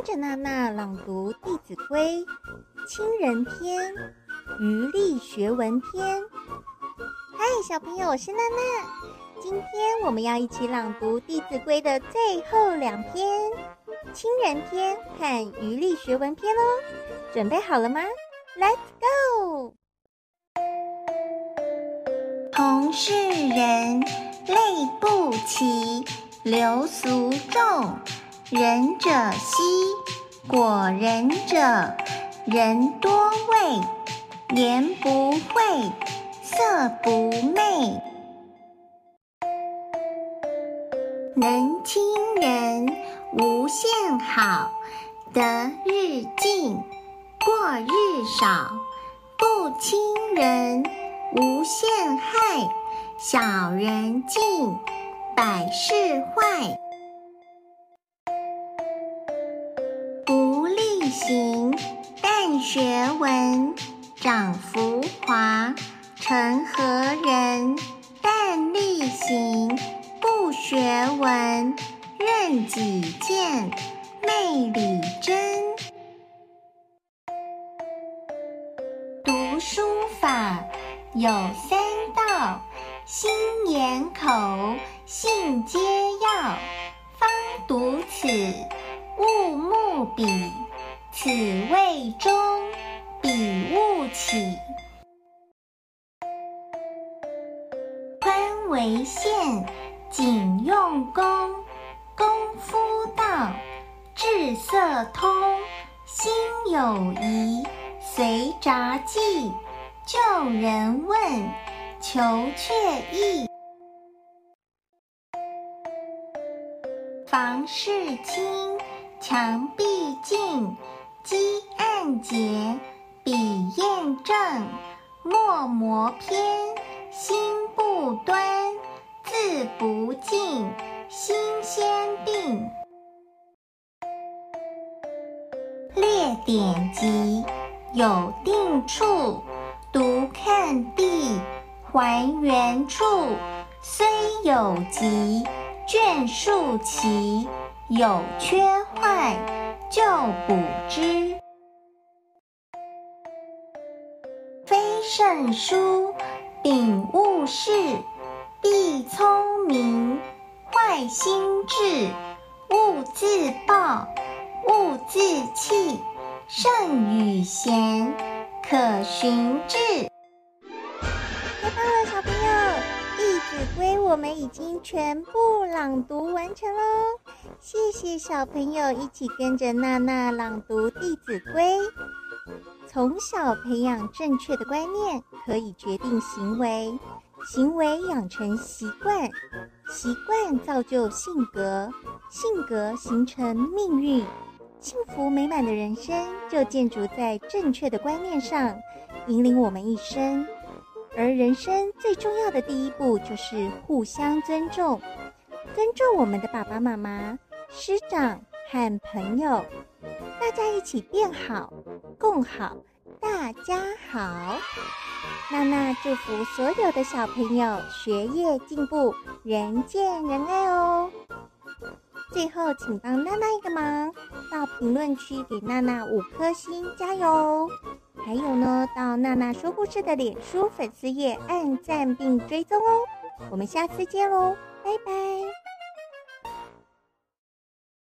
跟着娜娜朗读《弟子规》亲人篇、余力学文篇。嗨，小朋友，我是娜娜。今天我们要一起朗读《弟子规》的最后2篇，亲人篇和余力学文篇哦。准备好了吗？ Let's go！ 同是人，类不齐，流俗众。仁者稀，果仁者，人多畏。言不讳，色不昧。能亲人，无限好。得日进，过日少。不亲人，无限害。小人尽，百事坏。不力行，但学文。长浮华，成何人？但力行，不学文。任己见，昧理真。读书法，有3道。心眼口，信皆要。方读此，勿慕彼。此谓中，彼勿起。宽为限，紧用功。功夫到，志色通。心有疑，随札记。就人问，求确意。房事清，墙壁净。积案洁，笔砚正。墨磨偏，心不端。字不尽，心先定。列典籍，有定处。读看毕，还原处。虽有急，卷数齐。有缺坏，就补之。非圣书，秉勿视。必聪明，坏心智。勿自暴，勿自弃。圣与贤，可循治。 太棒了，小朋友！《弟子规》我们已经全部朗读完成喽。谢谢小朋友一起跟着娜娜朗读《弟子规》。从小培养正确的观念，可以决定行为，行为养成习惯，习惯造就性格，性格形成命运。幸福美满的人生就建筑在正确的观念上，引领我们一生。而人生最重要的第一步就是互相尊重，尊重我们的爸爸妈妈、师长和朋友，大家一起变好，共好，大家好。娜娜祝福所有的小朋友学业进步，人见人爱哦。最后请帮娜娜一个忙，到评论区给娜娜5颗星，加油哦！还有呢，到娜娜说故事的脸书粉丝页按赞并追踪哦。我们下次见喽，拜拜。